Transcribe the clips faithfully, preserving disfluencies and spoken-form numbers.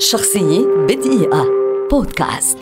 شخصية بدقيقة بودكاست.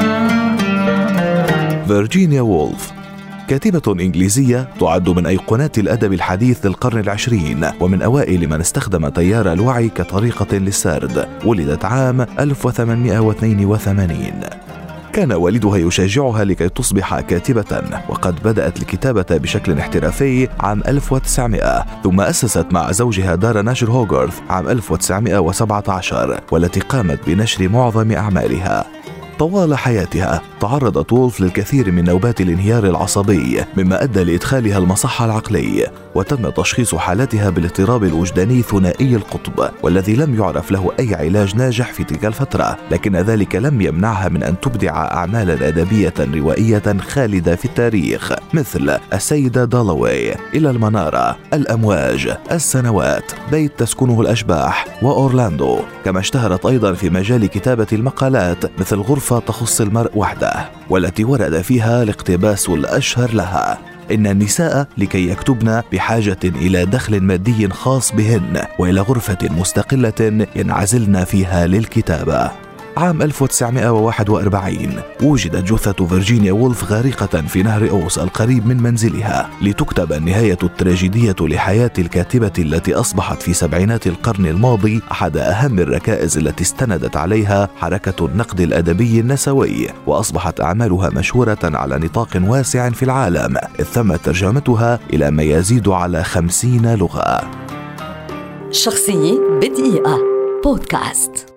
فيرجينيا وولف كاتبة إنجليزية تعد من أيقونات الأدب الحديث للقرن العشرين، ومن أوائل من استخدم تيار الوعي كطريقة للسرد. ولدت عام ألف وثمانمائة واثنين وثمانين. كان والدها يشجعها لكي تصبح كاتبة، وقد بدأت الكتابة بشكل احترافي عام ألف وتسعمائة، ثم أسست مع زوجها دار نشر هوغورث عام ألف وتسعمائة وسبعة عشر، والتي قامت بنشر معظم أعمالها. طوال حياتها تعرضت وولف للكثير من نوبات الانهيار العصبي، مما أدى لإدخالها المصحة العقلي، وتم تشخيص حالتها بالاضطراب الوجداني ثنائي القطب، والذي لم يعرف له أي علاج ناجح في تلك الفترة، لكن ذلك لم يمنعها من أن تبدع أعمالا أدبية روائية خالدة في التاريخ، مثل السيدة دالوي، إلى المنارة، الأمواج، السنوات، بيت تسكنه الأشباح، وأورلاندو. كما اشتهرت أيضا في مجال كتابة المقالات، مثل غرفة تخص المرء وحده، والتي ورد فيها الاقتباس الأشهر لها: إن النساء لكي يكتبن بحاجة إلى دخل مادي خاص بهن، وإلى غرفة مستقلة ينعزلن فيها للكتابة. عام ألف وتسعمائة وواحد وأربعين وجدت جثة فيرجينيا وولف غارقة في نهر أوس القريب من منزلها، لتكتب النهاية التراجيدية لحياة الكاتبة التي أصبحت في سبعينات القرن الماضي أحد أهم الركائز التي استندت عليها حركة النقد الأدبي النسوي، وأصبحت أعمالها مشهورة على نطاق واسع في العالم، إذ تم ترجمتها إلى ما يزيد على خمسين لغة. شخصية بدقيقة بودكاست.